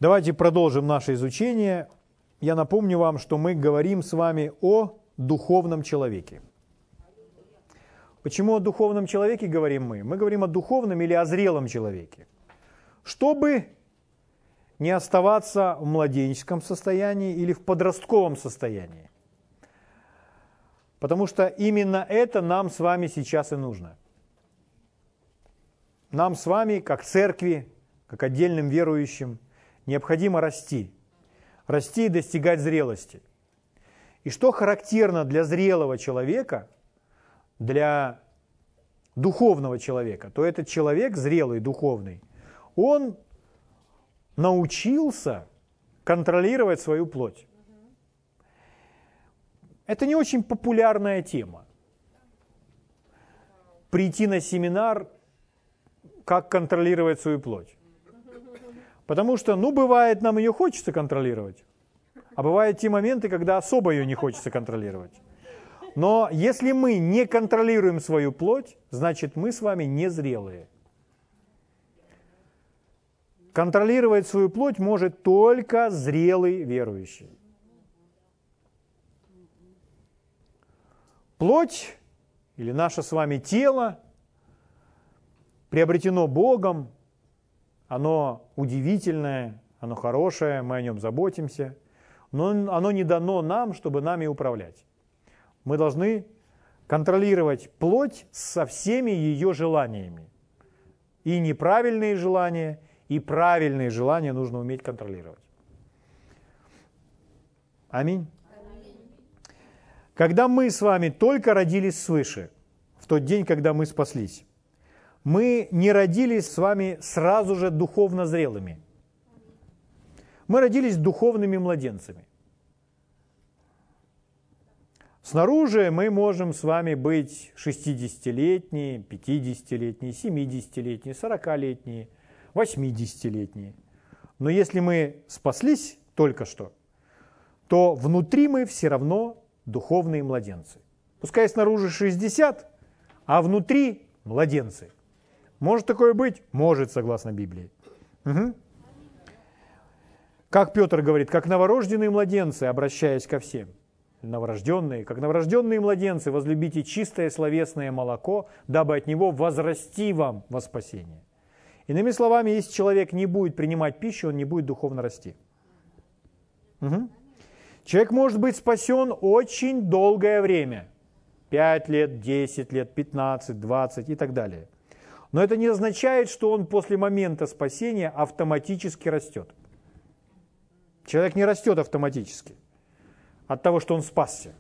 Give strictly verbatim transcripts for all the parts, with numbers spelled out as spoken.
Давайте продолжим наше изучение. Я напомню вам, что мы говорим с вами о духовном человеке. Почему о духовном человеке говорим мы? Мы говорим о духовном или о зрелом человеке. Чтобы не оставаться в младенческом состоянии или в подростковом состоянии. Потому что именно это нам с вами сейчас и нужно. Нам с вами, как церкви, как отдельным верующим, необходимо расти. Расти и достигать зрелости. И что характерно для зрелого человека, для духовного человека, то этот человек, зрелый, духовный, он научился контролировать свою плоть. Это не очень популярная тема. Прийти на семинар, как контролировать свою плоть. Потому что, ну, бывает, нам ее хочется контролировать, а бывают те моменты, когда особо ее не хочется контролировать. Но если мы не контролируем свою плоть, значит, мы с вами незрелые. Контролировать свою плоть может только зрелый верующий. Плоть, или наше с вами тело, приобретено Богом, оно удивительное, оно хорошее, мы о нем заботимся, но оно не дано нам, чтобы нами управлять. Мы должны контролировать плоть со всеми ее желаниями. И неправильные желания, и правильные желания нужно уметь контролировать. Аминь. Когда мы с вами только родились свыше, в тот день, когда мы спаслись, мы не родились с вами сразу же духовно зрелыми. Мы родились духовными младенцами. Снаружи мы можем с вами быть шестидесятилетние, пятидесятилетние, семидесятилетние, сорокалетние, восьмидесятилетние. Но если мы спаслись только что, то внутри мы все равно духовные младенцы. Пускай снаружи шестьдесят, а внутри младенцы. Может такое быть? Может, согласно Библии. Угу. Как Петр говорит, как новорожденные младенцы, обращаясь ко всем. Новорожденные, как новорожденные младенцы, возлюбите чистое словесное молоко, дабы от него возрасти вам во спасение. Иными словами, если человек не будет принимать пищу, он не будет духовно расти. Угу. Человек может быть спасен очень долгое время. пять лет, десять лет, пятнадцать, двадцать и так далее. Но это не означает, что он после момента спасения автоматически растет. Человек не растет автоматически от того, что он спасся.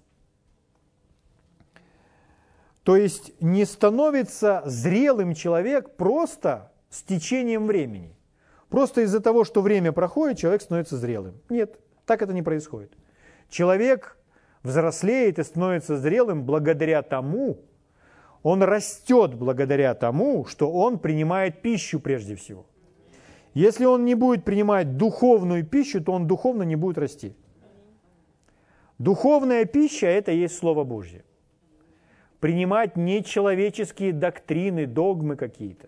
То есть не становится зрелым человек просто с течением времени. Просто из-за того, что время проходит, человек становится зрелым. Нет, так это не происходит. Человек взрослеет и становится зрелым благодаря тому, он растет благодаря тому, что он принимает пищу прежде всего. Если он не будет принимать духовную пищу, то он духовно не будет расти. Духовная пища – это есть Слово Божье. Принимать нечеловеческие доктрины, догмы какие-то.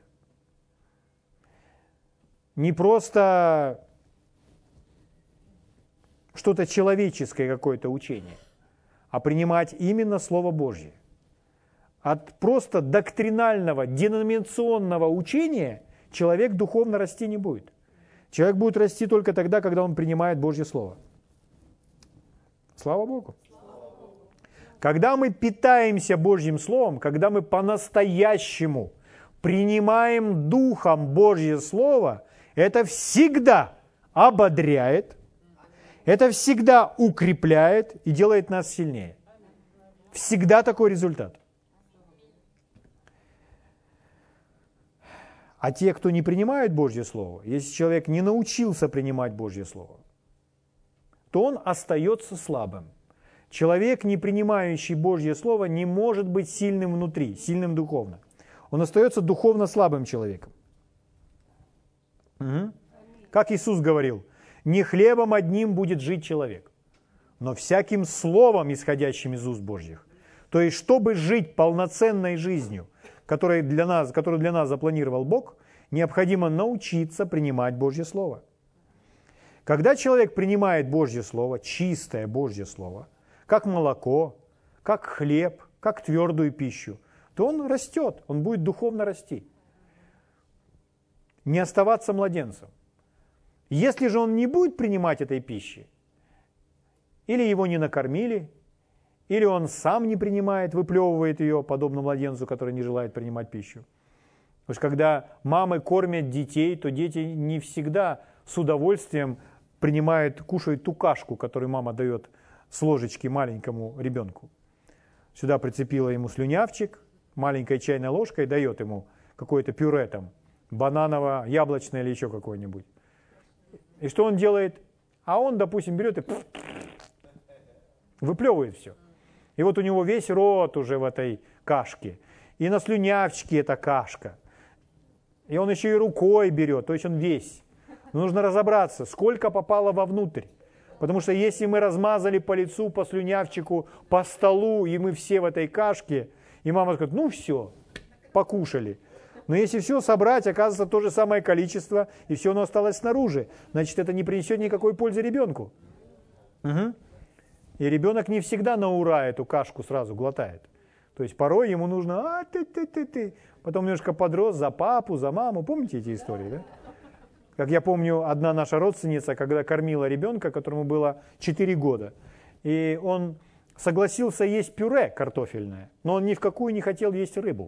Не просто что-то человеческое, какое-то учение, а принимать именно Слово Божье. От просто доктринального, деноминационного учения человек духовно расти не будет. Человек будет расти только тогда, когда он принимает Божье Слово. Слава Богу. Когда мы питаемся Божьим Словом, когда мы по-настоящему принимаем Духом Божье Слово, это всегда ободряет, это всегда укрепляет и делает нас сильнее. Всегда такой результат. А те, кто не принимают Божье Слово, если человек не научился принимать Божье Слово, то он остается слабым. Человек, не принимающий Божье Слово, не может быть сильным внутри, сильным духовно. Он остается духовно слабым человеком. Угу. Как Иисус говорил, не хлебом одним будет жить человек, но всяким словом, исходящим из уст Божьих. То есть, чтобы жить полноценной жизнью, которую для нас, которую для нас запланировал Бог, необходимо научиться принимать Божье Слово. Когда человек принимает Божье Слово, чистое Божье Слово, как молоко, как хлеб, как твердую пищу, то он растет, он будет духовно расти. Не оставаться младенцем. Если же он не будет принимать этой пищи, или его не накормили, или он сам не принимает, выплевывает ее, подобно младенцу, который не желает принимать пищу. Потому что когда мамы кормят детей, то дети не всегда с удовольствием принимают, кушают ту кашку, которую мама дает с ложечки маленькому ребенку. Сюда прицепила ему слюнявчик, маленькой чайной ложкой дает ему какое-то пюре там, бананово, яблочное или еще какое-нибудь. И что он делает? А он, допустим, берет и выплевывает все. И вот у него весь рот уже в этой кашке. И на слюнявчике эта кашка. И он еще и рукой берет, то есть он весь. Но нужно разобраться, сколько попало вовнутрь. Потому что если мы размазали по лицу, по слюнявчику, по столу, и мы все в этой кашке, и мама скажет, ну все, покушали. Но если все собрать, оказывается то же самое количество, и все оно осталось снаружи, значит, это не принесет никакой пользы ребенку. Угу. И ребенок не всегда на ура эту кашку сразу глотает. То есть порой ему нужно, а ты ты ты ты, потом немножко подрос за папу, за маму. Помните эти истории, да? Как я помню, одна наша родственница, когда кормила ребенка, которому было четыре года, и он согласился есть пюре картофельное, но он ни в какую не хотел есть рыбу.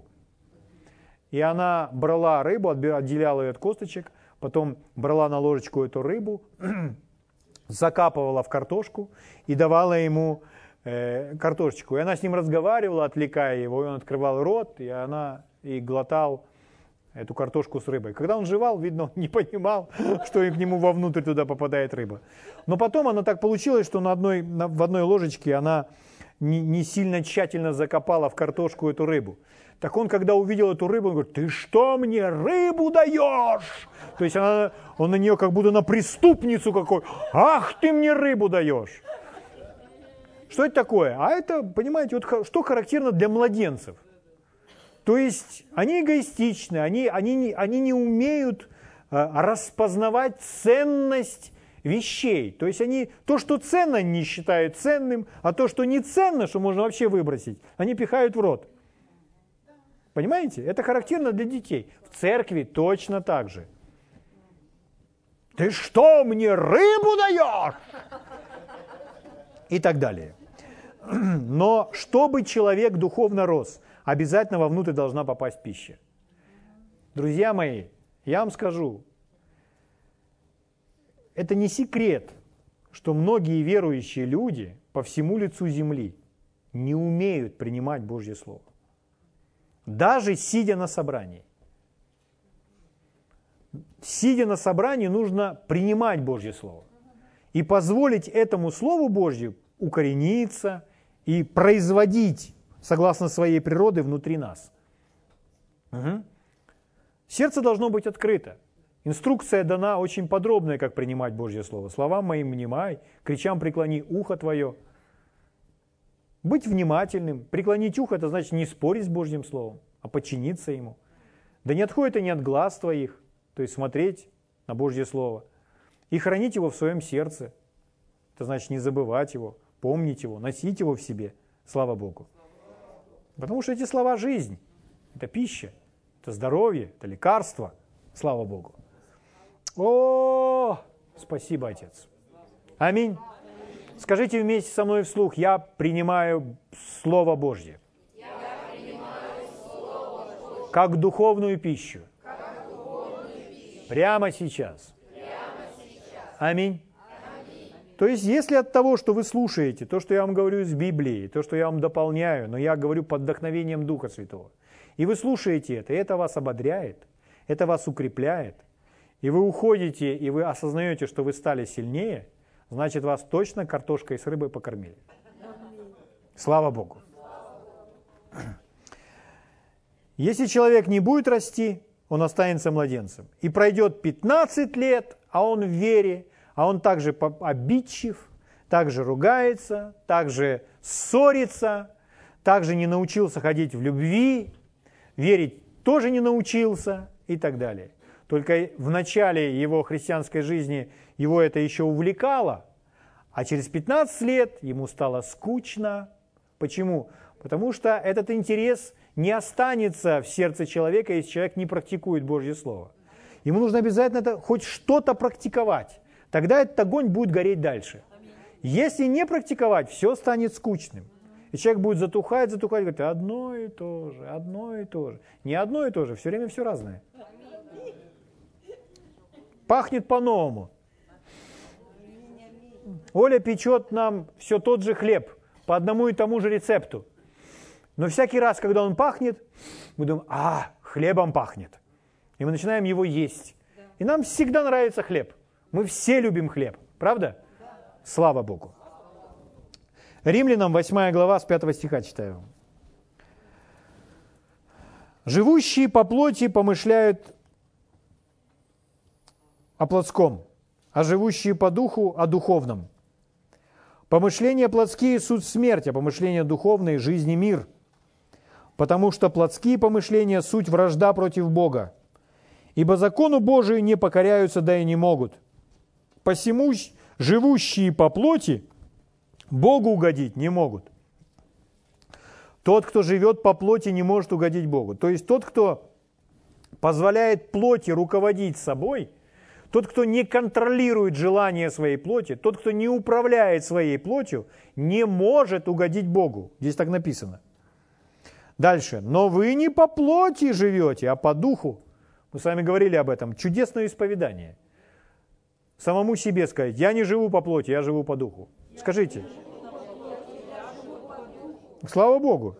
И она брала рыбу, отделяла ее от косточек, потом брала на ложечку эту рыбу, закапывала в картошку и давала ему э, картошечку. И она с ним разговаривала, отвлекая его, и он открывал рот, и она и глотал эту картошку с рыбой. Когда он жевал, видно, он не понимал, что и к нему вовнутрь туда попадает рыба. Но потом оно так получилось, что на одной, на, в одной ложечке она не, не сильно тщательно закопала в картошку эту рыбу. Так он, когда увидел эту рыбу, он говорит, ты что мне рыбу даешь? То есть она, он на нее как будто на преступницу какой. Ах, ты мне рыбу даешь. Что это такое? А это, понимаете, вот что характерно для младенцев. То есть они эгоистичны, они, они, не, они не умеют а, распознавать ценность вещей. То есть они то, что ценно, не считают ценным, а то, что не ценно, что можно вообще выбросить, они пихают в рот. Понимаете? Это характерно для детей. В церкви точно так же. Ты что, мне рыбу даешь? И так далее. Но чтобы человек духовно рос, обязательно вовнутрь должна попасть пища. Друзья мои, я вам скажу, это не секрет, что многие верующие люди по всему лицу земли не умеют принимать Божье Слово. Даже сидя на собрании. Сидя на собрании нужно принимать Божье Слово. И позволить этому Слову Божью укорениться и производить, согласно своей природе, внутри нас. Угу. Сердце должно быть открыто. Инструкция дана очень подробная, как принимать Божье Слово. Словам моим внимай, кричам преклони ухо твое. Быть внимательным. Преклонить ухо – это значит не спорить с Божьим Словом, а подчиниться ему. Да не отходит они от глаз твоих, то есть смотреть на Божье Слово. И хранить его в своем сердце. Это значит не забывать его, помнить его, носить его в себе. Слава Богу. Потому что эти слова – жизнь, это пища, это здоровье, это лекарство. Слава Богу. О, спасибо, Отец. Аминь. Скажите вместе со мной вслух, я принимаю Слово Божье, я принимаю Слово Божье как духовную пищу, как духовную пищу. Прямо сейчас. Прямо сейчас. Аминь. Аминь. То есть, если от того, что вы слушаете, то, что я вам говорю из Библии, то, что я вам дополняю, но я говорю под вдохновением Духа Святого, и вы слушаете это, и это вас ободряет, это вас укрепляет, и вы уходите, и вы осознаете, что вы стали сильнее, значит, вас точно картошкой с рыбой покормили. Слава Богу. Если человек не будет расти, он останется младенцем. И пройдет пятнадцать лет, а он в вере, а он также обидчив, также ругается, также ссорится, также не научился ходить в любви, верить тоже не научился и так далее. Только в начале его христианской жизни его это еще увлекало, а через пятнадцать лет ему стало скучно. Почему? Потому что этот интерес не останется в сердце человека, если человек не практикует Божье Слово. Ему нужно обязательно это, хоть что-то практиковать. Тогда этот огонь будет гореть дальше. Если не практиковать, все станет скучным. И человек будет затухать, затухать, говорит, одно и то же, одно и то же. Не одно и то же, все время все разное. Пахнет по-новому. Оля печет нам все тот же хлеб, по одному и тому же рецепту. Но всякий раз, когда он пахнет, мы думаем, а, хлебом пахнет. И мы начинаем его есть. И нам всегда нравится хлеб. Мы все любим хлеб. Правда? Слава Богу. Римлянам восьмая глава с пятого стиха читаю. «Живущие по плоти помышляют о плотском, а живущие по духу о духовном. Помышления плотские – суть смерть, а помышления духовные – жизнь и мир. Потому что плотские помышления – суть вражда против Бога. Ибо закону Божию не покоряются, да и не могут. Посему живущие по плоти Богу угодить не могут». Тот, кто живет по плоти, не может угодить Богу. То есть тот, кто позволяет плоти руководить собой, тот, кто не контролирует желания своей плоти, тот, кто не управляет своей плотью, не может угодить Богу. Здесь так написано. Дальше. «Но вы не по плоти живете, а по духу». Мы с вами говорили об этом. Чудесное исповедание. Самому себе сказать, я не живу по плоти, я живу по духу. Скажите. Слава Богу.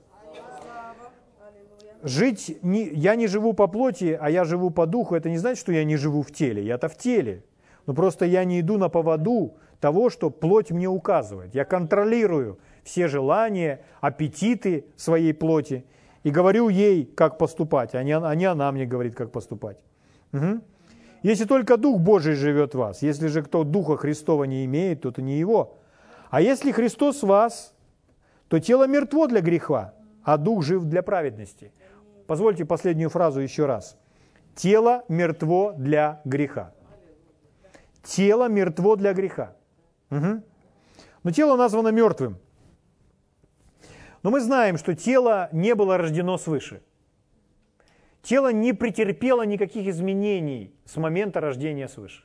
Жить, не, я не живу по плоти, а я живу по духу, это не значит, что я не живу в теле. Я-то в теле. Но просто я не иду на поводу того, что плоть мне указывает. Я контролирую все желания, аппетиты своей плоти и говорю ей, как поступать, а не, а не она мне говорит, как поступать. Угу. Если только Дух Божий живет в вас, если же кто Духа Христова не имеет, то это не его. А если Христос в вас, то тело мертво для греха, а Дух жив для праведности. Позвольте последнюю фразу еще раз. Тело мертво для греха. Тело мертво для греха. Угу. Но тело названо мертвым. Но мы знаем, что тело не было рождено свыше. Тело не претерпело никаких изменений с момента рождения свыше.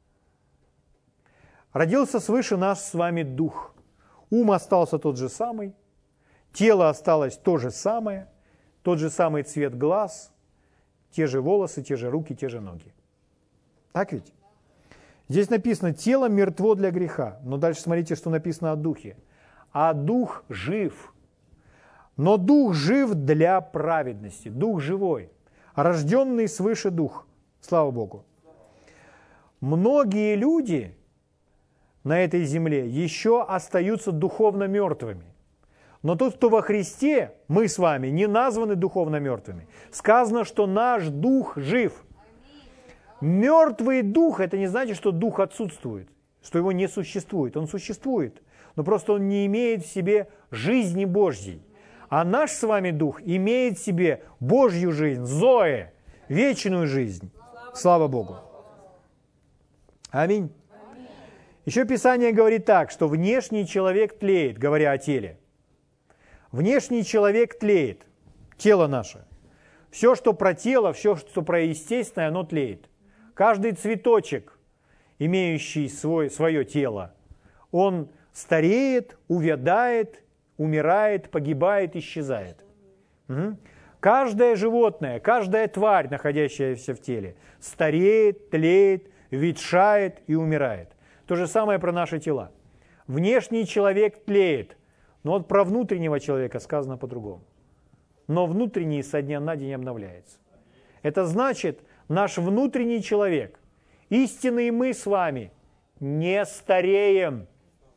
Родился свыше наш с вами дух. Ум остался тот же самый, тело осталось то же самое, тот же самый цвет глаз, те же волосы, те же руки, те же ноги. Так ведь? Здесь написано, тело мертво для греха. Но дальше смотрите, что написано о духе. А дух жив. Но дух жив для праведности. Дух живой. Рожденный свыше дух. Слава Богу. Многие люди на этой земле еще остаются духовно мертвыми. Но тот, кто во Христе, мы с вами не названы духовно мертвыми. Сказано, что наш дух жив. Мертвый дух, это не значит, что дух отсутствует, что его не существует. Он существует, но просто он не имеет в себе жизни Божьей. А наш с вами дух имеет в себе Божью жизнь, Зоэ, вечную жизнь. Слава Богу. Аминь. Еще Писание говорит так, что внешний человек тлеет, говоря о теле. Внешний человек тлеет, тело наше. Все, что про тело, все, что про естественное, оно тлеет. Каждый цветочек, имеющий свой, свое тело, он стареет, увядает, умирает, погибает, исчезает. Угу. Каждое животное, каждая тварь, находящаяся в теле, стареет, тлеет, ветшает и умирает. То же самое про наши тела. Внешний человек тлеет, но вот про внутреннего человека сказано по-другому. Но внутренний со дня на день обновляется. Это значит, наш внутренний человек, истинный мы с вами, не стареем.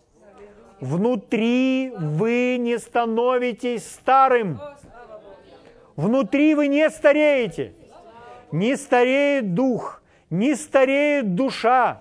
Внутри вы не становитесь старым. Внутри вы не стареете. Не стареет дух, не стареет душа.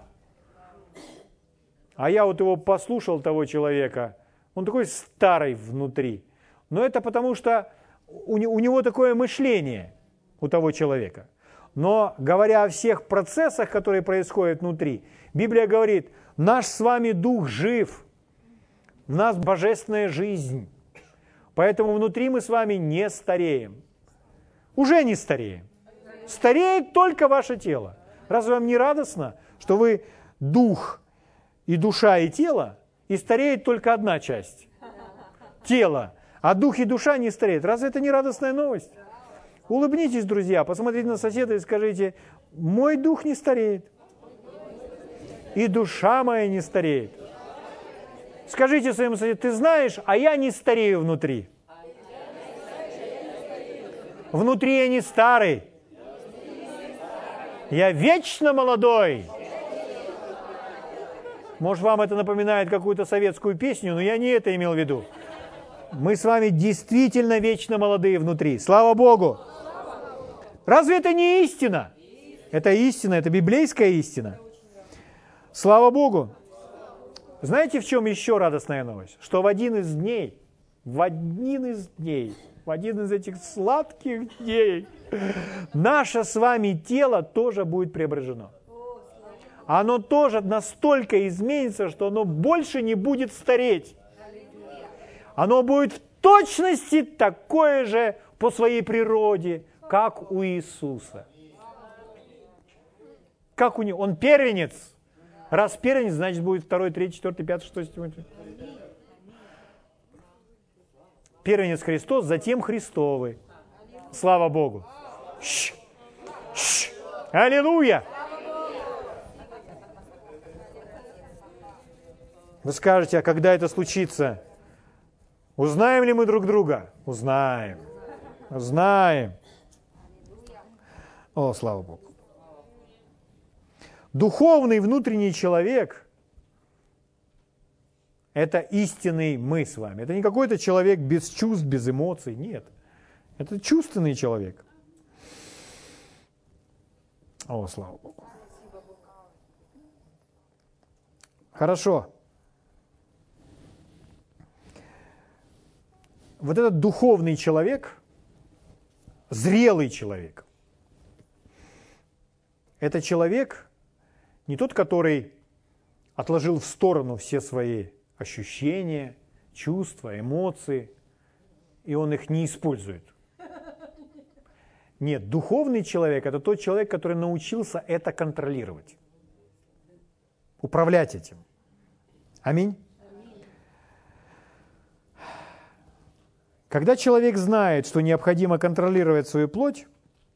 А я вот его послушал, того человека, он такой старый внутри. Но это потому, что у него такое мышление, у того человека. Но говоря о всех процессах, которые происходят внутри, Библия говорит, наш с вами дух жив, в нас божественная жизнь. Поэтому внутри мы с вами не стареем. Уже не стареем. Стареет только ваше тело. Разве вам не радостно, что вы дух и душа и тело, и стареет только одна часть? Тело. А дух и душа не стареют. Разве это не радостная новость? Улыбнитесь, друзья, посмотрите на соседа и скажите, мой дух не стареет. И душа моя не стареет. Скажите своему соседу, ты знаешь, а я не старею внутри. Внутри я не старый. Я вечно молодой. Может, вам это напоминает какую-то советскую песню, но я не это имел в виду. Мы с вами действительно вечно молодые внутри. Слава Богу! Разве это не истина? Это истина, это библейская истина. Слава Богу! Знаете, в чем еще радостная новость? Что в один из дней, в один из дней, в один из этих сладких дней, наше с вами тело тоже будет преображено. Оно тоже настолько изменится, что оно больше не будет стареть. Оно будет в точности такое же по своей природе, как у Иисуса. Как у него? Он первенец. Раз первенец, значит будет второй, третий, четвертый, пятый, шестой, седьмой. Первенец Христос, затем Христовый. Слава Богу. Ш, ш, аллилуйя! Вы скажете, а когда это случится? Узнаем ли мы друг друга? Узнаем. Узнаем. О, слава Богу. Духовный внутренний человек – это истинный мы с вами. Это не какой-то человек без чувств, без эмоций. Нет. Это чувственный человек. О, слава Богу. Хорошо. Вот этот духовный человек, зрелый человек, это человек, не тот, который отложил в сторону все свои ощущения, чувства, эмоции, и он их не использует. Нет, духовный человек – это тот человек, который научился это контролировать, управлять этим. Аминь. Когда человек знает, что необходимо контролировать свою плоть,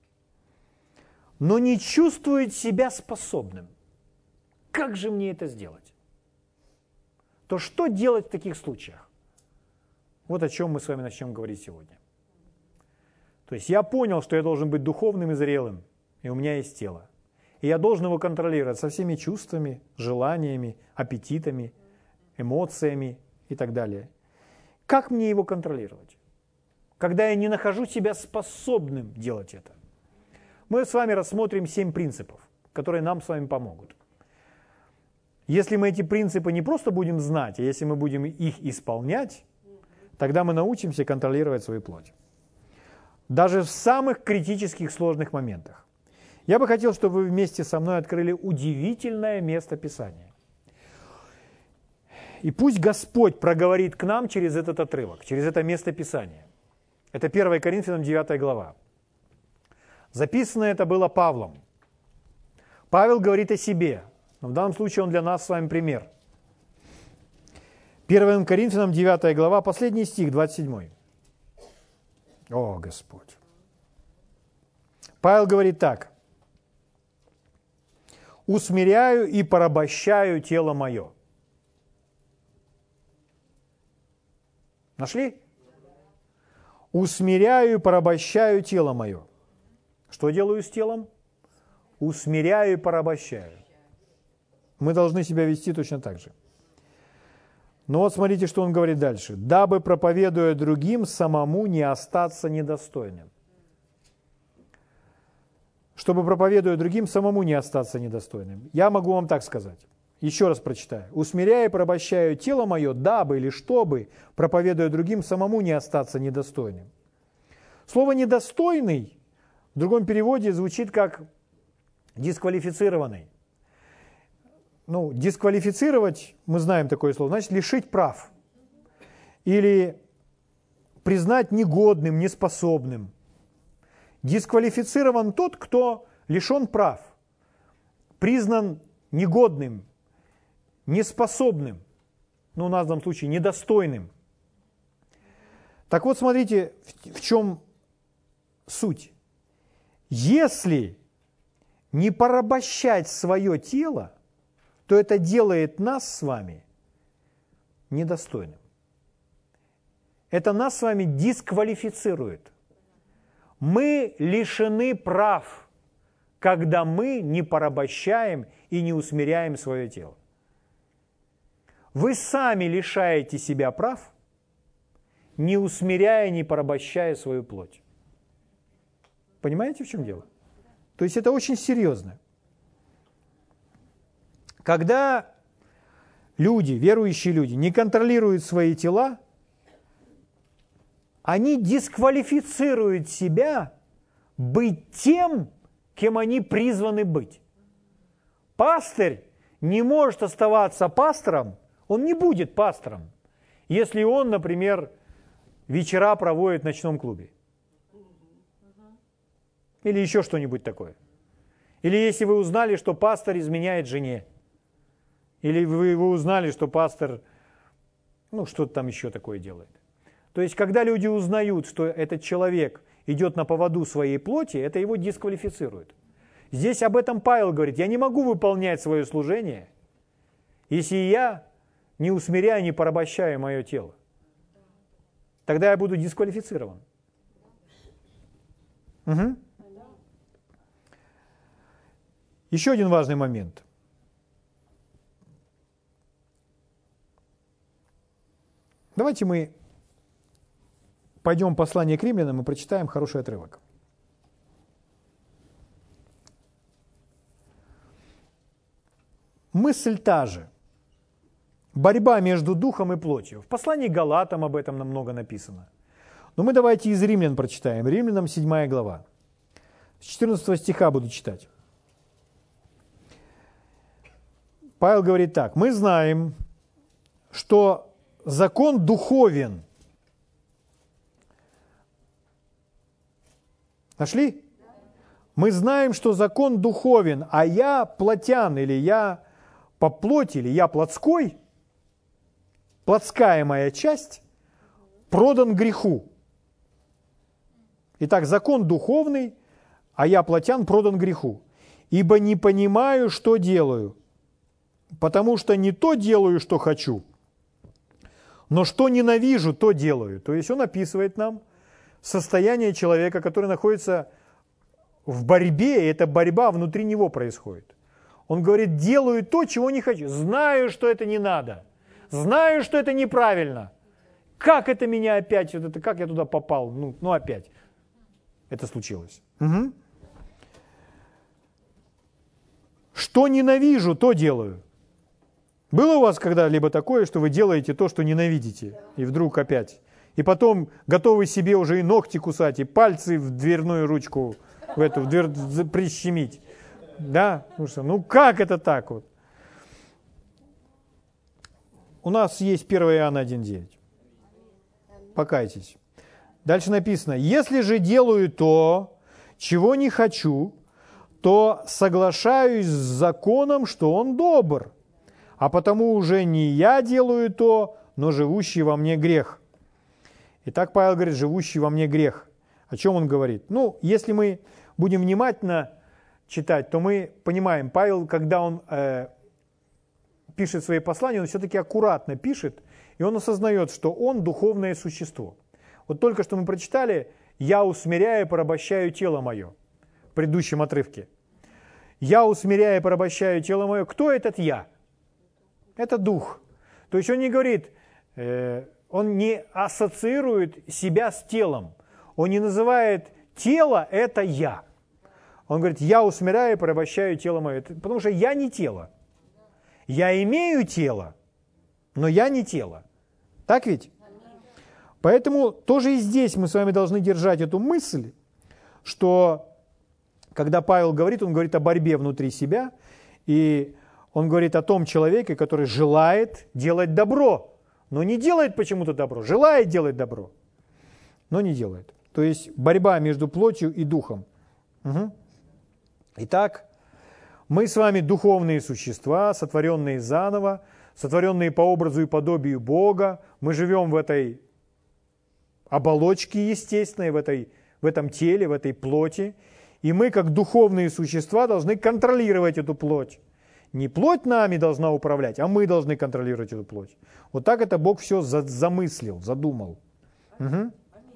но не чувствует себя способным, как же мне это сделать? То что делать в таких случаях? Вот о чем мы с вами начнем говорить сегодня. То есть я понял, что я должен быть духовным и зрелым, и у меня есть тело. И я должен его контролировать со всеми чувствами, желаниями, аппетитами, эмоциями и так далее. Как мне его контролировать, когда я не нахожу себя способным делать это? Мы с вами рассмотрим семь принципов, которые нам с вами помогут. Если мы эти принципы не просто будем знать, а если мы будем их исполнять, тогда мы научимся контролировать свою плоть. Даже в самых критических, сложных моментах. Я бы хотел, чтобы вы вместе со мной открыли удивительное место Писания. И пусть Господь проговорит к нам через этот отрывок, через это место Писания. Это первое Коринфянам девятая глава. Записано это было Павлом. Павел говорит о себе, но в данном случае он для нас с вами пример. первое Коринфянам девятая глава, последний стих, двадцать седьмой. О, Господь! Павел говорит так. «Усмиряю и порабощаю тело мое». Нашли? «Усмиряю и порабощаю тело мое». Что делаю с телом? Усмиряю и порабощаю. Мы должны себя вести точно так же. Но вот смотрите, что он говорит дальше. «Дабы, проповедуя другим, самому не остаться недостойным». Чтобы, проповедуя другим, самому не остаться недостойным. Я могу вам так сказать. Еще раз прочитаю. «Усмиряя и порабощаю тело мое, дабы или чтобы, проповедуя другим, самому не остаться недостойным». Слово «недостойный» В другом переводе звучит как дисквалифицированный. Ну, дисквалифицировать, мы знаем такое слово, значит лишить прав. Или признать негодным, неспособным. Дисквалифицирован тот, кто лишен прав, признан негодным, неспособным, ну, в данном случае недостойным. Так вот, смотрите, в, в чем суть. Если не порабощать свое тело, то это делает нас с вами недостойным. Это нас с вами дисквалифицирует. Мы лишены прав, когда мы не порабощаем и не усмиряем свое тело. Вы сами лишаете себя прав, не усмиряя, не порабощая свою плоть. Понимаете, в чем дело? То есть это очень серьезно. Когда люди, верующие люди, не контролируют свои тела, они дисквалифицируют себя быть тем, кем они призваны быть. Пастырь не может оставаться пастором, он не будет пастором, если он, например, вечера проводит в ночном клубе. Или еще что-нибудь такое. Или если вы узнали, что пастор изменяет жене. Или вы, вы узнали, что пастор, ну, что-то там еще такое делает. То есть, когда люди узнают, что этот человек идет на поводу своей плоти, это его дисквалифицирует. Здесь об этом Павел говорит: я не могу выполнять свое служение, если я не усмиряю, не порабощаю мое тело. Тогда я буду дисквалифицирован. Угу. Еще один важный момент. Давайте мы пойдем в послание к римлянам и прочитаем хороший отрывок. Мысль та же. Борьба между духом и плотью. В послании к Галатам об этом намного написано. Но мы давайте из Римлян прочитаем. Римлянам седьмая глава. С четырнадцатого стиха буду читать. Павел говорит так. Мы знаем, что закон духовен. Нашли? Мы знаем, что закон духовен, а я плотян, или я по плоти, или я плотской, плотская моя часть, продан греху. Итак, закон духовный, а я плотян, продан греху. Ибо не понимаю, что делаю, потому что не то делаю, что хочу, но что ненавижу, то делаю. То есть он описывает нам состояние человека, который находится в борьбе, и эта борьба внутри него происходит. Он говорит: делаю то, чего не хочу. Знаю, что это не надо. Знаю, что это неправильно. Как это меня опять, вот это, как я туда попал? Ну, ну опять это случилось. Угу. Что ненавижу, то делаю. Было у вас когда-либо такое, что вы делаете то, что ненавидите, и вдруг опять? И потом готовы себе уже и ногти кусать, и пальцы в дверную ручку в эту в дверь прищемить. Да? Ну как это так вот? У нас есть первое Иоанна один девять. Покайтесь. Дальше написано: если же делаю то, чего не хочу, то соглашаюсь с законом, что он добр. А потому уже не я делаю то, но живущий во мне грех. Итак, Павел говорит: живущий во мне грех. О чем он говорит? Ну, если мы будем внимательно читать, то мы понимаем, Павел, когда он э, пишет свои послания, он все-таки аккуратно пишет, и он осознает, что он духовное существо. Вот только что мы прочитали: «Я усмиряю и порабощаю тело мое» в предыдущем отрывке. «Я усмиряю и порабощаю тело мое». Кто этот «я»? Это дух. То есть он не говорит, э, он не ассоциирует себя с телом. Он не называет тело – это я. Он говорит: я усмиряю и порабощаю тело мое. Потому что я не тело. Я имею тело, но я не тело. Так ведь? Поэтому тоже и здесь мы с вами должны держать эту мысль, что когда Павел говорит, он говорит о борьбе внутри себя, и он говорит о том человеке, который желает делать добро, но не делает почему-то добро, желает делать добро, но не делает. То есть борьба между плотью и духом. Угу. Итак, мы с вами духовные существа, сотворенные заново, сотворенные по образу и подобию Бога. Мы живем в этой оболочке естественной, в, этой, в этом теле, в этой плоти. И мы, как духовные существа, должны контролировать эту плоть. Не плоть нами должна управлять, а мы должны контролировать эту плоть. Вот так это Бог все замыслил, задумал. Угу.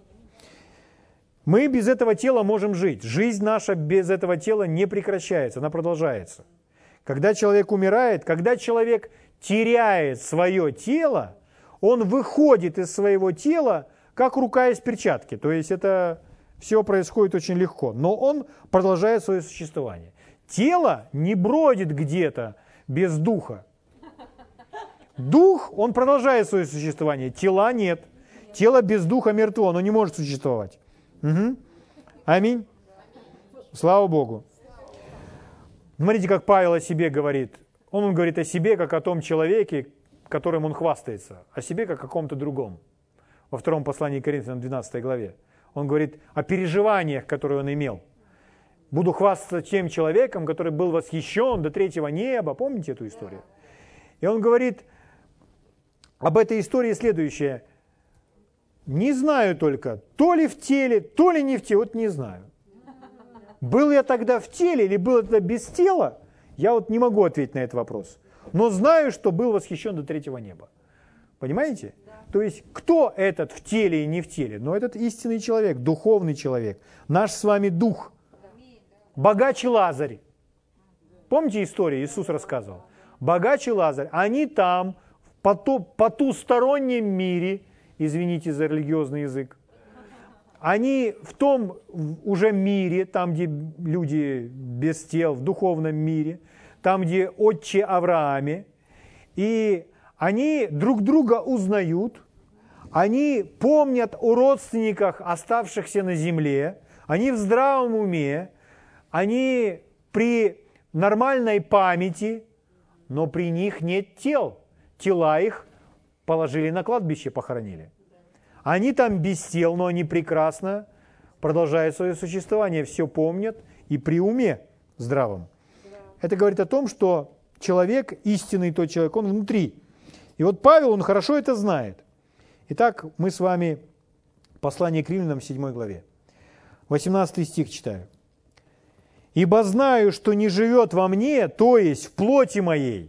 Мы без этого тела можем жить. Жизнь наша без этого тела не прекращается, она продолжается. Когда человек умирает, когда человек теряет свое тело, он выходит из своего тела, как рука из перчатки. То есть это все происходит очень легко, но он продолжает свое существование. Тело не бродит где-то без духа. Дух, он продолжает свое существование, тела нет. Тело без духа мертво, оно не может существовать. Угу. Аминь. Слава Богу. Смотрите, как Павел о себе говорит. Он, он говорит о себе, как о том человеке, которым он хвастается, о себе, как о каком-то другом. Во втором послании к Коринфянам, двенадцатой главе. Он говорит о переживаниях, которые он имел. Буду хвастаться тем человеком, который был восхищен до третьего неба. Помните эту историю? И он говорит об этой истории следующее. Не знаю только, то ли в теле, то ли не в теле, вот не знаю. Был я тогда в теле или был это без тела? Я вот не могу ответить на этот вопрос. Но знаю, что был восхищен до третьего неба. Понимаете? Да. То есть, кто этот в теле и не в теле? Но этот истинный человек, духовный человек, наш с вами дух. Богач и Лазарь. Помните историю, Иисус рассказывал? Богач и Лазарь, они там, в поту, потустороннем мире, извините за религиозный язык, они в том уже мире, там, где люди без тел, в духовном мире, там, где отче Аврааме, и они друг друга узнают, они помнят о родственниках, оставшихся на земле, они в здравом уме, они при нормальной памяти, но при них нет тел. Тела их положили на кладбище, похоронили. Они там без тел, но они прекрасно продолжают свое существование, все помнят и при уме здравом. Это говорит о том, что человек, истинный тот человек, он внутри. И вот Павел, он хорошо это знает. Итак, мы с вами послание к Римлянам в седьмой главе. восемнадцатый стих читаю. «Ибо знаю, что не живет во мне, то есть в плоти моей».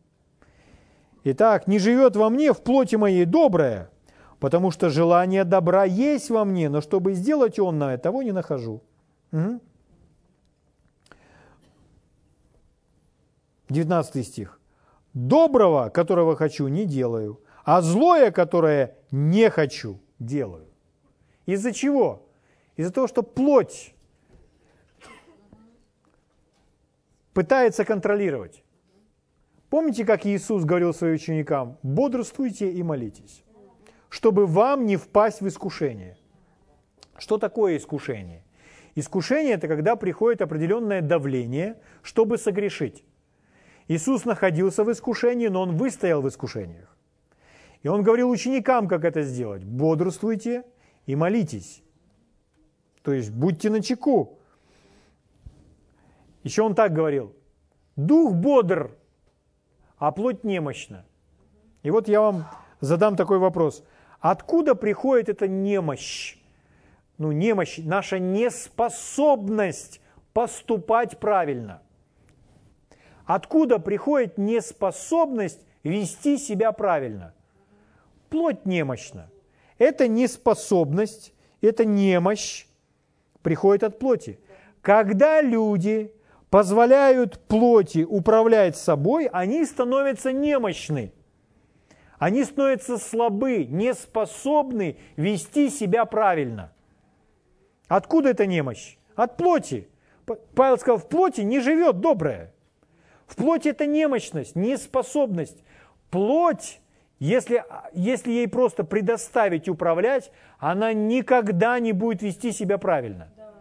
Итак, не живет во мне в плоти моей доброе, потому что желание добра есть во мне, но чтобы сделать онное, того не нахожу. Угу. девятнадцатый стих. «Доброго, которого хочу, не делаю, а злое, которое не хочу, делаю». Из-за чего? Из-за того, что плоть пытается контролировать. Помните, как Иисус говорил своим ученикам? «Бодрствуйте и молитесь, чтобы вам не впасть в искушение». Что такое искушение? Искушение – это когда приходит определенное давление, чтобы согрешить. Иисус находился в искушении, но Он выстоял в искушениях. И Он говорил ученикам, как это сделать. «Бодрствуйте и молитесь». То есть будьте начеку. Еще Он так говорил. «Дух бодр, а плоть немощна». И вот я вам задам такой вопрос. Откуда приходит эта немощь? Ну, немощь, наша неспособность поступать правильно. Откуда приходит неспособность вести себя правильно? Плоть немощна. Эта неспособность, эта немощь приходит от плоти. Когда люди позволяют плоти управлять собой, они становятся немощны. Они становятся слабы, неспособны вести себя правильно. Откуда эта немощь? От плоти. Павел сказал, в плоти не живет доброе. В плоти это немощность, неспособность. Плоть, если, если ей просто предоставить управлять, она никогда не будет вести себя правильно.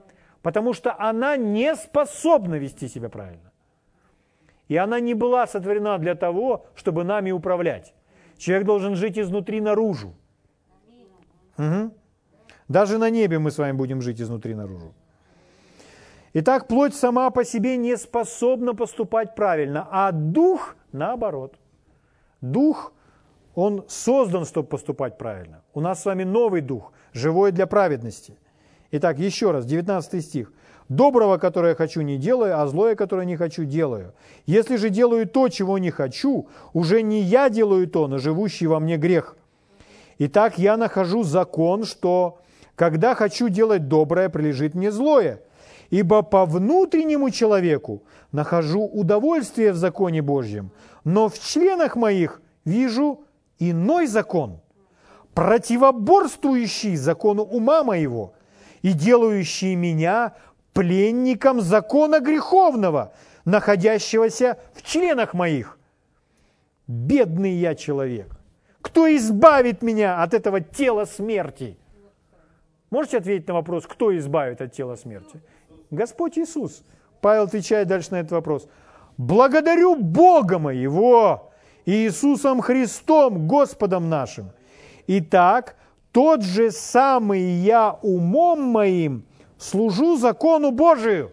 потому что она не способна вести себя правильно. И она не была сотворена для того, чтобы нами управлять. Человек должен жить изнутри наружу. Угу. Даже на небе мы с вами будем жить изнутри наружу. Итак, плоть сама по себе не способна поступать правильно, а дух наоборот. Дух, он создан, чтобы поступать правильно. У нас с вами новый дух, живой для праведности. Итак, еще раз, девятнадцатый стих. «Доброго, которое я хочу, не делаю, а злое, которое не хочу, делаю. Если же делаю то, чего не хочу, уже не я делаю то, но живущий во мне грех. Итак, я нахожу закон, что когда хочу делать доброе, прилежит мне злое. Ибо по внутреннему человеку нахожу удовольствие в законе Божьем, но в членах моих вижу иной закон, противоборствующий закону ума моего и делающий меня пленником закона греховного, находящегося в членах моих. Бедный я человек! Кто избавит меня от этого тела смерти?» Можете ответить на вопрос, кто избавит от тела смерти? Господь Иисус. Павел отвечает дальше на этот вопрос. «Благодарю Бога моего, Иисусом Христом, Господом нашим. Итак, тот же самый я умом моим служу закону Божию,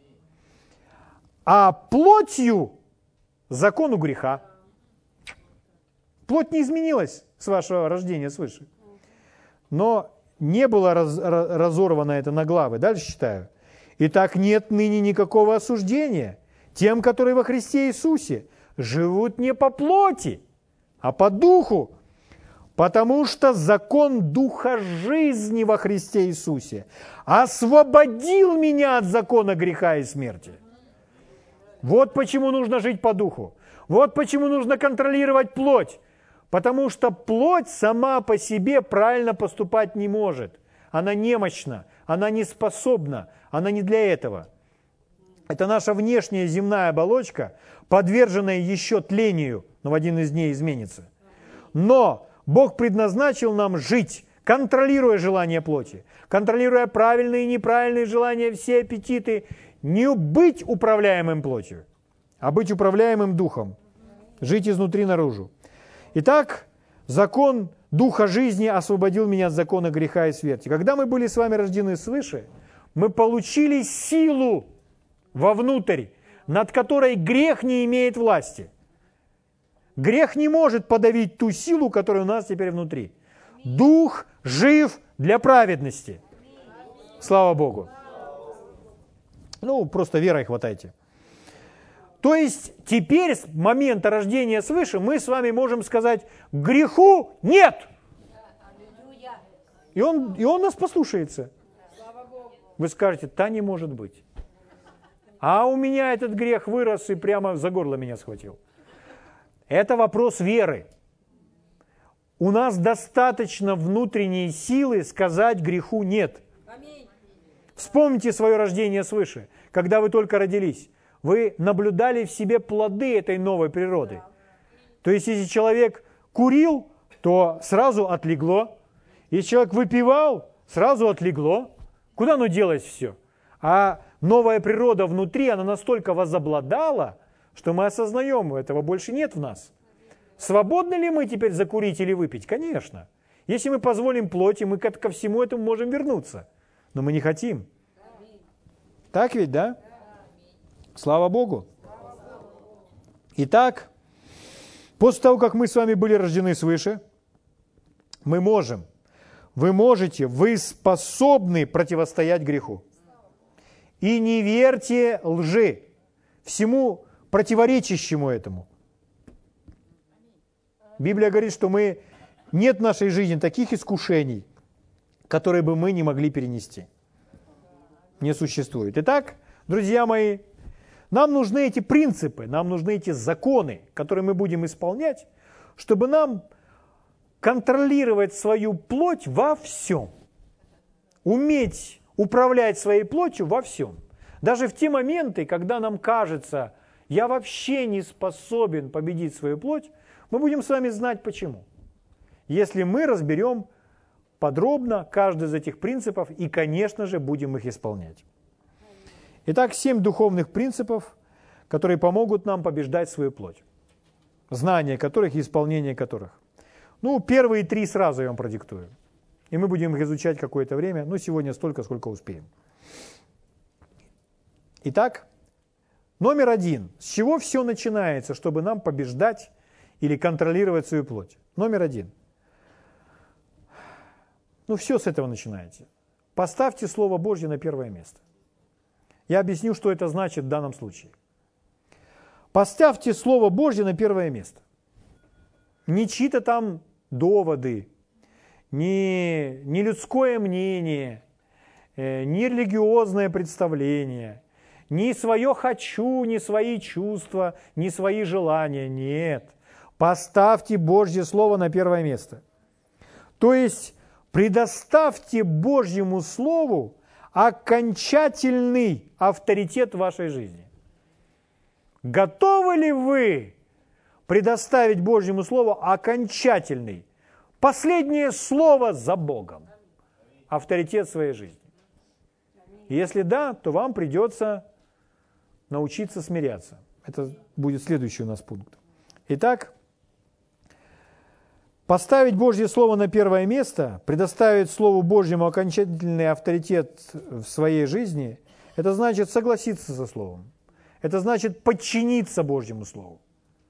а плотью закону греха». Плоть не изменилась с вашего рождения свыше. Но не было раз, разорвано это на главы. Дальше читаю. «Итак, нет ныне никакого осуждения тем, которые во Христе Иисусе живут не по плоти, а по духу, потому что закон духа жизни во Христе Иисусе освободил меня от закона греха и смерти». Вот почему нужно жить по духу. Вот почему нужно контролировать плоть. Потому что плоть сама по себе правильно поступать не может. Она немощна, она не способна, она не для этого. Это наша внешняя земная оболочка, подверженная еще тлению, но в один из дней изменится. Но Бог предназначил нам жить, контролируя желания плоти, контролируя правильные и неправильные желания, все аппетиты, не быть управляемым плотью, а быть управляемым духом, жить изнутри наружу. Итак, закон духа жизни освободил меня от закона греха и смерти. Когда мы были с вами рождены свыше, мы получили силу вовнутрь, над которой грех не имеет власти. Грех не может подавить ту силу, которая у нас теперь внутри. Дух жив для праведности. Слава Богу. Ну, просто верой хватайте. То есть теперь с момента рождения свыше мы с вами можем сказать: греху нет. И он, и он нас послушается. Вы скажете: та не может быть. А у меня этот грех вырос и прямо за горло меня схватил. Это вопрос веры. У нас достаточно внутренней силы сказать греху нет. Вспомните свое рождение свыше, когда вы только родились. Вы наблюдали в себе плоды этой новой природы. То есть, если человек курил, то сразу отлегло. Если человек выпивал, сразу отлегло. Куда оно делось все? А новая природа внутри, она настолько возобладала, что мы осознаем, этого больше нет в нас. Свободны ли мы теперь закурить или выпить? Конечно. Если мы позволим плоти, мы ко всему этому можем вернуться. Но мы не хотим. Так ведь, да? Слава Богу. Итак, после того, как мы с вами были рождены свыше, мы можем, вы можете, вы способны противостоять греху. И не верьте лжи, всему противоречащему этому. Библия говорит, что мы, нет в нашей жизни таких искушений, которые бы мы не могли перенести. Не существует. Итак, друзья мои, нам нужны эти принципы, нам нужны эти законы, которые мы будем исполнять, чтобы нам контролировать свою плоть во всем. Уметь управлять своей плотью во всем. Даже в те моменты, когда нам кажется, я вообще не способен победить свою плоть, мы будем с вами знать почему. Если мы разберем подробно каждый из этих принципов и, конечно же, будем их исполнять. Итак, семь духовных принципов, которые помогут нам побеждать свою плоть. Знание которых и исполнение которых. Ну, первые три сразу я вам продиктую. И мы будем их изучать какое-то время, ну, сегодня столько, сколько успеем. Итак, номер один. С чего все начинается, чтобы нам побеждать или контролировать свою плоть? Номер один. Ну, все с этого начинается. Поставьте Слово Божье на первое место. Я объясню, что это значит в данном случае. Поставьте Слово Божье на первое место. Не чьи-то там доводы, не, не людское мнение, э, не религиозное представление, не свое «хочу», не свои чувства, не свои желания. Нет. Поставьте Божье Слово на первое место. То есть предоставьте Божьему Слову окончательный авторитет в вашей жизни. Готовы ли вы предоставить Божьему Слову окончательный, последнее слово за Богом, авторитет своей жизни? Если да, то вам придется научиться смиряться. Это будет следующий у нас пункт. Итак, поставить Божье Слово на первое место, предоставить Слову Божьему окончательный авторитет в своей жизни, это значит согласиться со Словом. Это значит подчиниться Божьему Слову.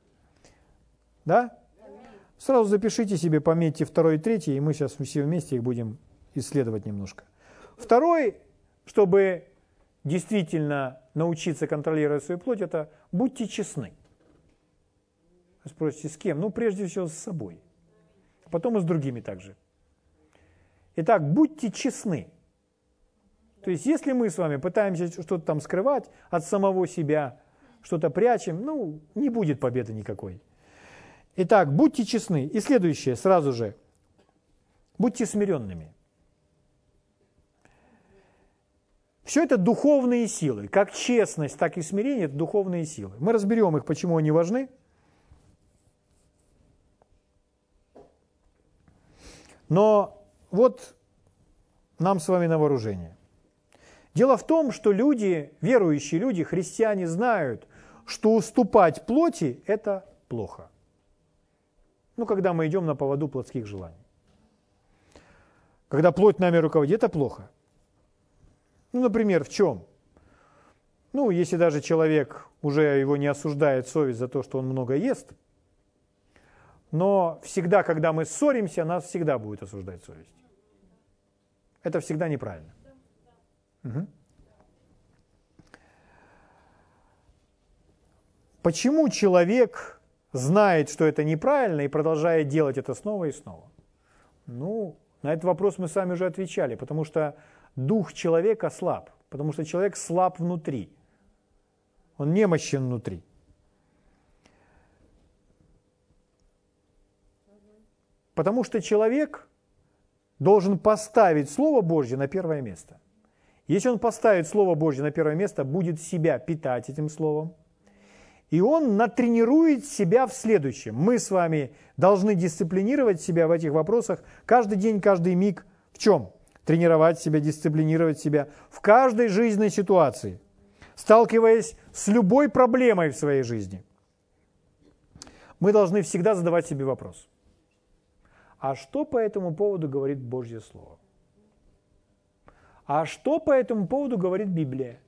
Да? Сразу запишите себе, пометьте второй и третий, и мы сейчас все вместе их будем исследовать немножко. Второй, чтобы действительно научиться контролировать свою плоть, это будьте честны. Вы спросите, с кем? Ну, прежде всего, с собой. А потом и с другими также. Итак, будьте честны. То есть, если мы с вами пытаемся что-то там скрывать от самого себя, что-то прячем, ну, не будет победы никакой. Итак, будьте честны. И следующее, сразу же, будьте смиренными. Все это духовные силы. Как честность, так и смирение – это духовные силы. Мы разберем их, почему они важны. Но вот нам с вами на вооружение. Дело в том, что люди, верующие люди, христиане знают, что уступать плоти – это плохо. Ну, когда мы идем на поводу плотских желаний. Когда плоть нами руководит, это плохо. Ну, например, в чем? Ну, если даже человек, уже его не осуждает совесть за то, что он много ест, но всегда, когда мы ссоримся, нас всегда будет осуждать совесть. Это всегда неправильно. Угу. Почему человек знает, что это неправильно, и продолжает делать это снова и снова? Ну, на этот вопрос мы сами уже отвечали, потому что дух человека слаб, потому что человек слаб внутри, он немощен внутри. Потому что человек должен поставить Слово Божье на первое место. Если он поставит Слово Божье на первое место, будет себя питать этим Словом, и он натренирует себя в следующем. Мы с вами должны дисциплинировать себя в этих вопросах каждый день, каждый миг. В чем? Тренировать себя, дисциплинировать себя в каждой жизненной ситуации, сталкиваясь с любой проблемой в своей жизни. Мы должны всегда задавать себе вопрос. А что по этому поводу говорит Божье Слово? А что по этому поводу говорит Библия?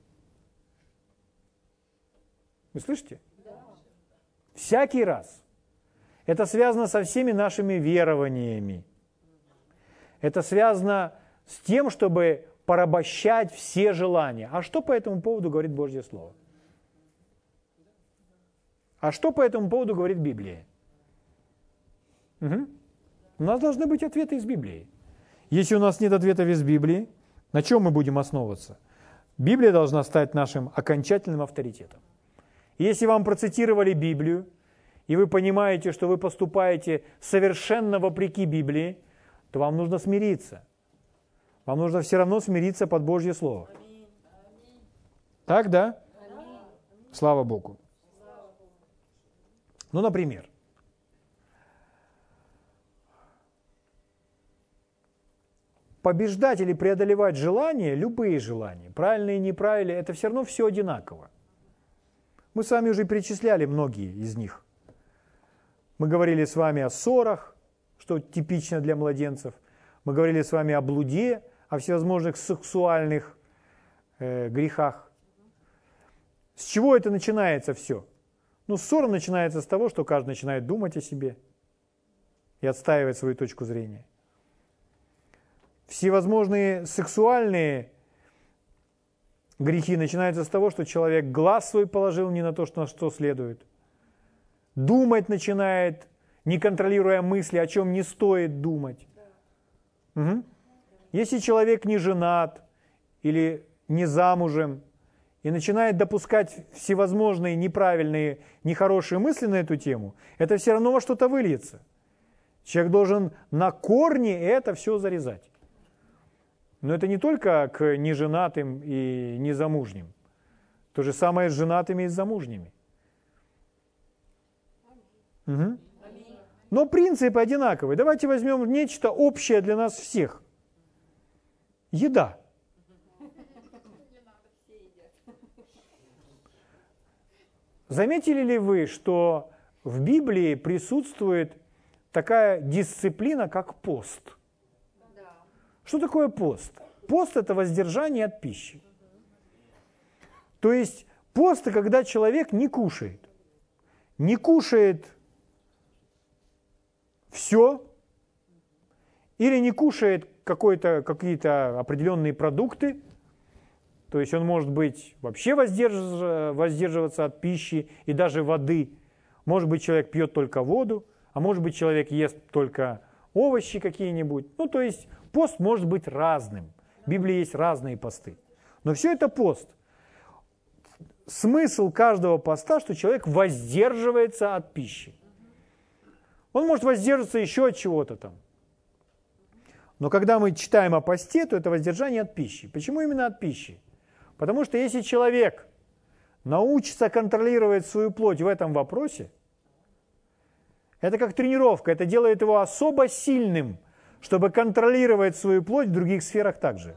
Вы слышите? Да. Всякий раз. Это связано со всеми нашими верованиями. Это связано с тем, чтобы порабощать все желания. А что по этому поводу говорит Божье Слово? А что по этому поводу говорит Библия? Угу. У нас должны быть ответы из Библии. Если у нас нет ответов из Библии, на чем мы будем основываться? Библия должна стать нашим окончательным авторитетом. Если вам процитировали Библию, и вы понимаете, что вы поступаете совершенно вопреки Библии, то вам нужно смириться. Вам нужно все равно смириться под Божье Слово. Так, да? Слава Богу. Ну, например, побеждать или преодолевать желания, любые желания, правильные и неправильные, это все равно все одинаково. Мы с вами уже перечисляли многие из них. Мы говорили с вами о ссорах, что типично для младенцев. Мы говорили с вами о блуде, о всевозможных сексуальных э, грехах. С чего это начинается все? Ну, ссора начинается с того, что каждый начинает думать о себе и отстаивать свою точку зрения. Всевозможные сексуальные грехи начинаются с того, что человек глаз свой положил не на то, на что следует. Думать начинает, не контролируя мысли, о чем не стоит думать. Угу. Если человек не женат или не замужем и начинает допускать всевозможные неправильные, нехорошие мысли на эту тему, это все равно во что-то выльется. Человек должен на корне это все зарезать. Но это не только к неженатым и незамужним. То же самое с женатыми и с замужними. Угу. Но принципы одинаковые. Давайте возьмем нечто общее для нас всех. Еда. Заметили ли вы, что в Библии присутствует такая дисциплина, как пост? Что такое пост? Пост – это воздержание от пищи. То есть пост – это когда человек не кушает. Не кушает все или не кушает какой-то, какие-то определенные продукты. То есть он может быть вообще воздерж... воздерживаться от пищи и даже воды. Может быть, человек пьет только воду, а может быть, человек ест только овощи какие-нибудь. Ну, то есть пост может быть разным. В Библии есть разные посты. Но все это пост. Смысл каждого поста, что человек воздерживается от пищи. Он может воздерживаться еще от чего-то там. Но когда мы читаем о посте, то это воздержание от пищи. Почему именно от пищи? Потому что если человек научится контролировать свою плоть в этом вопросе, это как тренировка, это делает его особо сильным, чтобы контролировать свою плоть в других сферах также.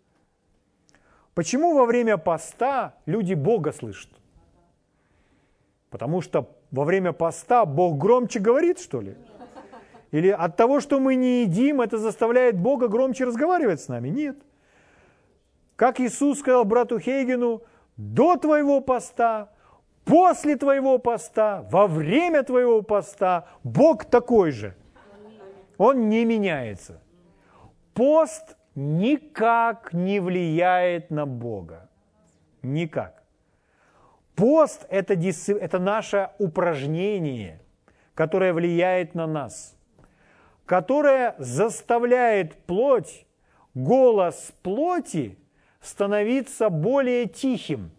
Почему во время поста люди Бога слышат? Потому что во время поста Бог громче говорит, что ли? Или от того, что мы не едим, это заставляет Бога громче разговаривать с нами? Нет. Как Иисус сказал брату Хейгену, до твоего поста, после твоего поста, во время твоего поста, Бог такой же. Он не меняется. Пост никак не влияет на Бога. Никак. Пост – это, дисци... это наше упражнение, которое влияет на нас, которое заставляет плоть, голос плоти становиться более тихим.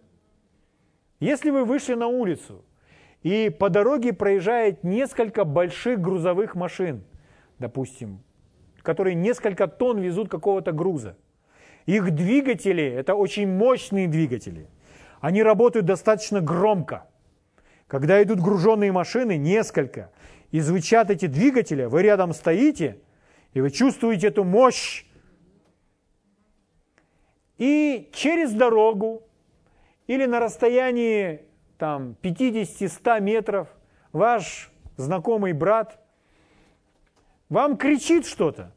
Если вы вышли на улицу, и по дороге проезжает несколько больших грузовых машин, допустим, которые несколько тонн везут какого-то груза, их двигатели – это очень мощные двигатели. Они работают достаточно громко. Когда идут груженные машины, несколько, и звучат эти двигатели, вы рядом стоите, и вы чувствуете эту мощь. И через дорогу или на расстоянии там, пятьдесят-сто метров ваш знакомый брат вам кричит что-то.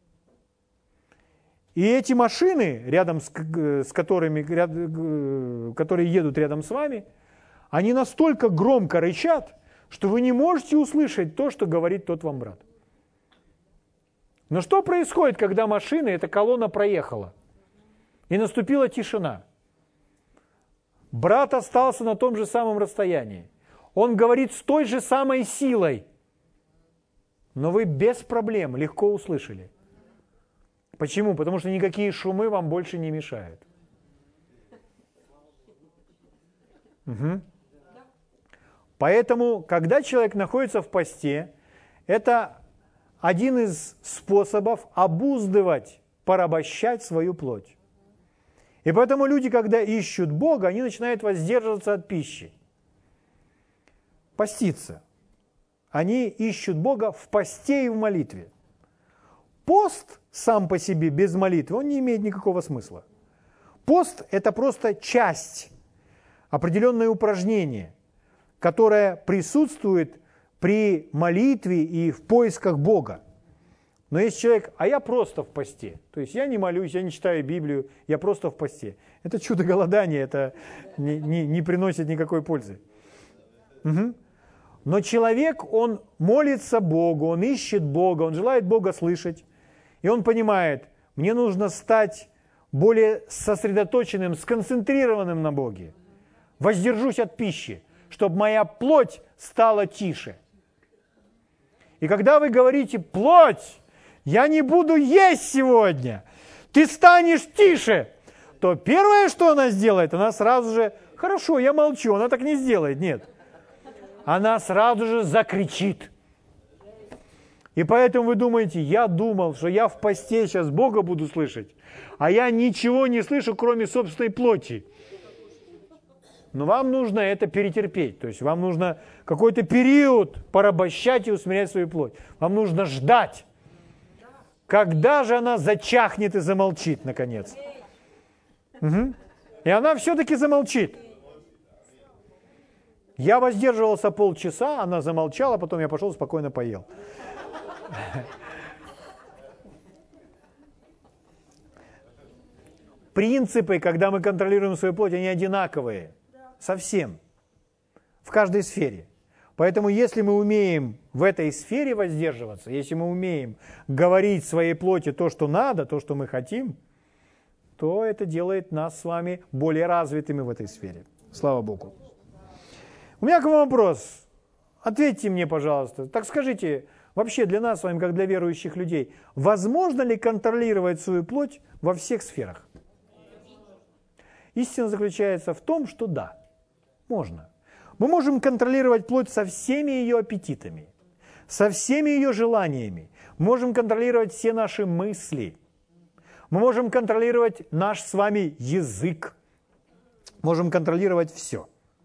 И эти машины, рядом с, с которыми, ряд, которые едут рядом с вами, они настолько громко рычат, что вы не можете услышать то, что говорит тот вам брат. Но что происходит, когда машина, эта колонна проехала, и наступила тишина? Брат остался на том же самом расстоянии. Он говорит с той же самой силой, но вы без проблем легко услышали. Почему? Потому что никакие шумы вам больше не мешают. Угу. Поэтому, когда человек находится в посте, это один из способов обуздывать, порабощать свою плоть. И поэтому люди, когда ищут Бога, они начинают воздерживаться от пищи. Поститься. Они ищут Бога в посте и в молитве. Пост сам по себе, без молитвы, он не имеет никакого смысла. Пост – это просто часть, определенное упражнение, которое присутствует при молитве и в поисках Бога. Но есть человек, а я просто в посте. То есть я не молюсь, я не читаю Библию, я просто в посте. Это чудо голодания, это не, не, не приносит никакой пользы. Угу. Но человек, он молится Богу, он ищет Бога, он желает Бога слышать. И он понимает, мне нужно стать более сосредоточенным, сконцентрированным на Боге. Воздержусь от пищи, чтобы моя плоть стала тише. И когда вы говорите «плоть», я не буду есть сегодня, ты станешь тише, то первое, что она сделает, она сразу же, хорошо, я молчу, она так не сделает, нет. Она сразу же закричит. И поэтому вы думаете, я думал, что я в посте сейчас Бога буду слышать, а я ничего не слышу, кроме собственной плоти. Но вам нужно это перетерпеть, то есть вам нужно какой-то период порабощать и усмирять свою плоть. Вам нужно ждать. Когда же она зачахнет и замолчит, наконец? Угу. И она все-таки замолчит. Я воздерживался полчаса, она замолчала, потом я пошел спокойно поел. Принципы, когда мы контролируем свою плоть, они одинаковые. Совсем. В каждой сфере. Поэтому если мы умеем в этой сфере воздерживаться, если мы умеем говорить своей плоти то, что надо, то, что мы хотим, то это делает нас с вами более развитыми в этой сфере. Слава Богу. У меня к вам вопрос. Ответьте мне, пожалуйста. Так скажите, вообще для нас с вами, как для верующих людей, возможно ли контролировать свою плоть во всех сферах? Истина заключается в том, что да, можно. Мы можем контролировать плоть со всеми ее аппетитами, со всеми ее желаниями. Мы можем контролировать все наши мысли. Мы можем контролировать наш с вами язык. Можем контролировать все.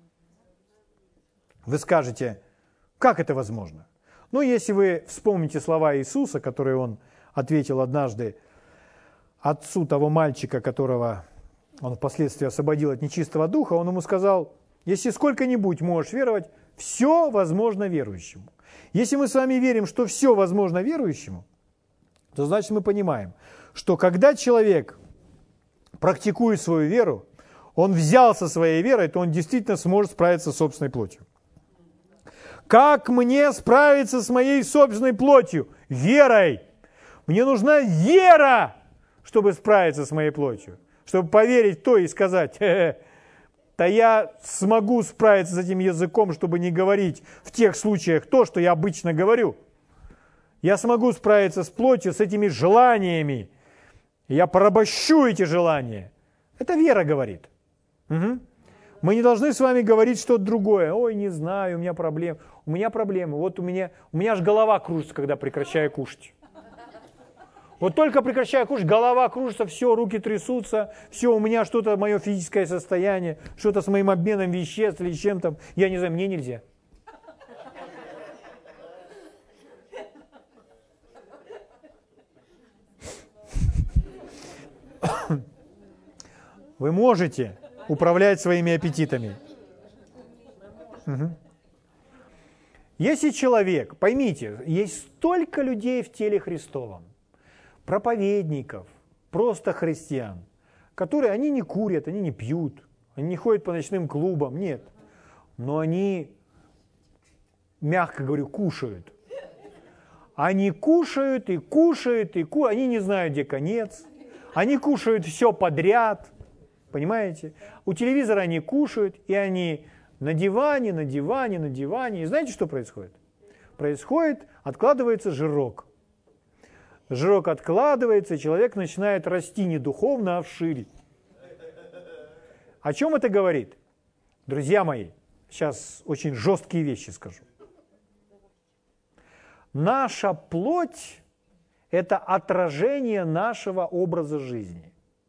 Вы скажете, как это возможно? Ну, если вы вспомните слова Иисуса, которые он ответил однажды отцу того мальчика, которого он впоследствии освободил от нечистого духа, он ему сказал: если сколько-нибудь можешь веровать, все возможно верующему. Если мы с вами верим, что все возможно верующему, то значит мы понимаем, что когда человек практикует свою веру, он взялся своей верой, то он действительно сможет справиться с собственной плотью. Как мне справиться с моей собственной плотью? Верой. Мне нужна вера, чтобы справиться с моей плотью. Чтобы поверить в то и сказать: хе-хе, да я смогу справиться с этим языком, чтобы не говорить в тех случаях то, что я обычно говорю. Я смогу справиться с плотью, с этими желаниями. Я порабощу эти желания. Это вера говорит. Угу. Мы не должны с вами говорить что-то другое. Ой, не знаю, у меня проблемы. У меня проблемы. Вот у меня, у меня аж голова кружится, когда прекращаю кушать. Вот только прекращаю кушать, голова кружится, все, руки трясутся, все, у меня что-то, мое физическое состояние, что-то с моим обменом веществ или чем-то. Я не знаю, мне нельзя. Вы можете управлять своими аппетитами. Угу. Если человек, поймите, есть столько людей в теле Христовом, проповедников, просто христиан, которые, они не курят, они не пьют, они не ходят по ночным клубам, нет. Но они, мягко говорю, кушают. Они кушают и кушают, и ку... они не знают, где конец. Они кушают все подряд, понимаете? У телевизора они кушают, и они на диване, на диване, на диване. И знаете, что происходит? Происходит, откладывается жирок. Жирок откладывается, и человек начинает расти не духовно, а вширь. О чем это говорит? Друзья мои, сейчас очень жесткие вещи скажу. Наша плоть – это отражение нашего образа жизни.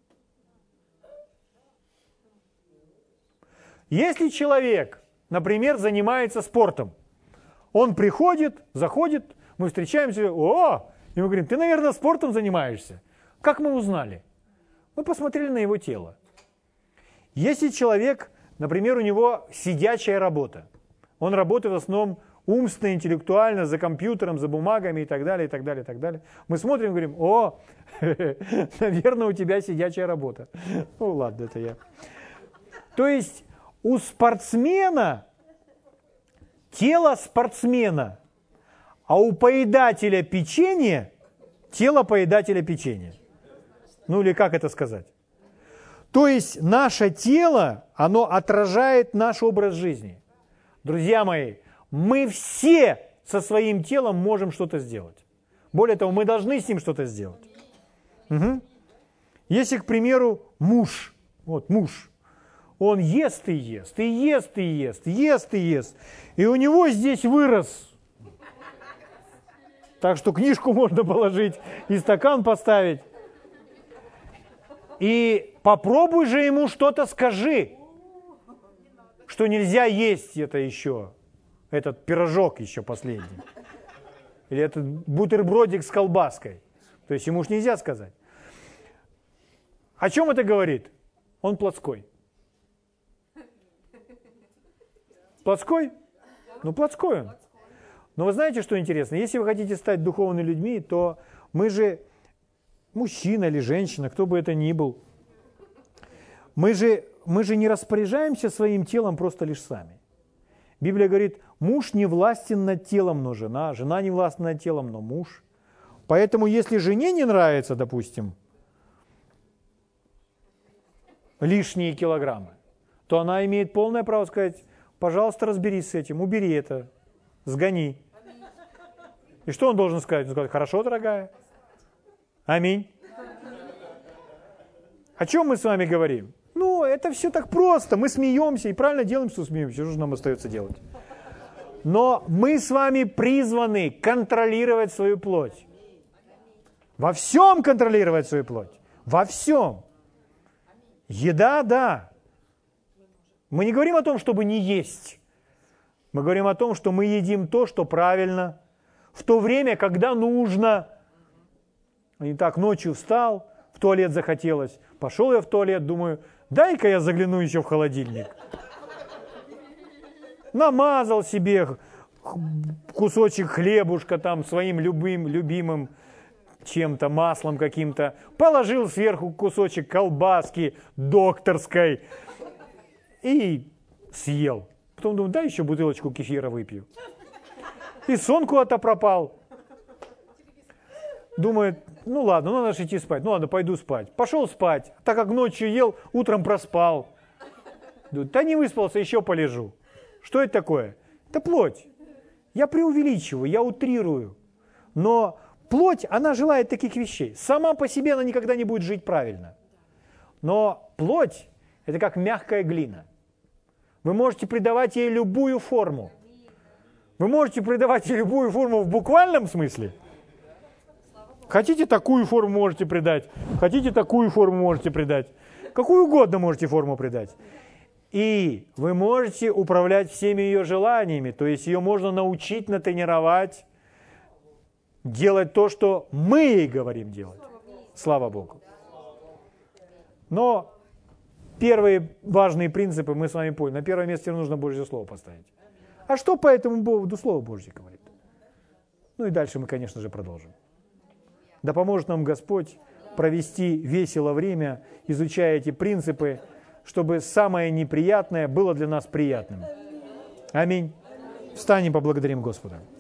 Если человек, например, занимается спортом, он приходит, заходит, мы встречаемся, о, И мы говорим, ты, наверное, спортом занимаешься. Как мы узнали? Мы посмотрели на его тело. Если человек, например, у него сидячая работа, он работает в основном умственно, интеллектуально, за компьютером, за бумагами и так далее, и так далее, и так далее. Мы смотрим и говорим, о, наверное, у тебя сидячая работа. Ну ладно, это я. То есть у спортсмена тело спортсмена, а у поедателя печенья тело поедателя печенья. Ну или как это сказать? То есть наше тело, оно отражает наш образ жизни. Друзья мои, мы все со своим телом можем что-то сделать. Более того, мы должны с ним что-то сделать. Угу. Если, к примеру, муж, вот муж, он ест и ест, и ест и ест, ест и ест, и у него здесь вырос. Так что книжку можно положить и стакан поставить. И попробуй же ему что-то скажи, что нельзя есть это еще, этот пирожок еще последний. Или этот бутербродик с колбаской. То есть ему уж нельзя сказать. О чем это говорит? Он плотской. Плотской? Ну, плотской он. Но вы знаете, что интересно? Если вы хотите стать духовными людьми, то мы же, мужчина или женщина, кто бы это ни был, мы же, мы же не распоряжаемся своим телом просто лишь сами. Библия говорит, муж не властен над телом, но жена, жена не властна над телом, но муж. Поэтому если жене не нравится, допустим, лишние килограммы, то она имеет полное право сказать, пожалуйста, разберись с этим, убери это, сгони. И что он должен сказать? Он сказать, хорошо, дорогая. Аминь. О чем мы с вами говорим? Ну, это все так просто. Мы смеемся и правильно делаем, что смеемся. Что же нам остается делать? Но мы с вами призваны контролировать свою плоть. Во всем контролировать свою плоть. Во всем. Еда, да. Мы не говорим о том, чтобы не есть. Мы говорим о том, что мы едим то, что правильно, в то время, когда нужно. И так ночью встал, в туалет захотелось. Пошел я в туалет, думаю, дай-ка я загляну еще в холодильник. Намазал себе кусочек хлебушка там своим любым, любимым чем-то, маслом каким-то. Положил сверху кусочек колбаски докторской и съел. Потом думаю, дай еще бутылочку кефира выпью. И сон куда-то пропал. Думает, ну ладно, ну надо же идти спать. Ну ладно, пойду спать. Пошел спать. Так как ночью ел, утром проспал. Думаю, да не выспался, еще полежу. Что это такое? Это плоть. Я преувеличиваю, я утрирую. Но плоть, она желает таких вещей. Сама по себе она никогда не будет жить правильно. Но плоть – это как мягкая глина. Вы можете придавать ей любую форму. Вы можете придавать ей любую форму в буквальном смысле. Хотите такую форму можете придать, хотите такую форму можете придать. Какую угодно можете форму придать. И вы можете управлять всеми ее желаниями. То есть ее можно научить, натренировать, делать то, что мы ей говорим делать. Слава Богу. Но первые важные принципы мы с вами поняли. На первое место нужно Божье Слово поставить. А что по этому поводу Слово Божье говорит? Ну и дальше мы, конечно же, продолжим. Да поможет нам Господь провести весело время, изучая эти принципы, чтобы самое неприятное было для нас приятным. Аминь. Встанем, поблагодарим Господа.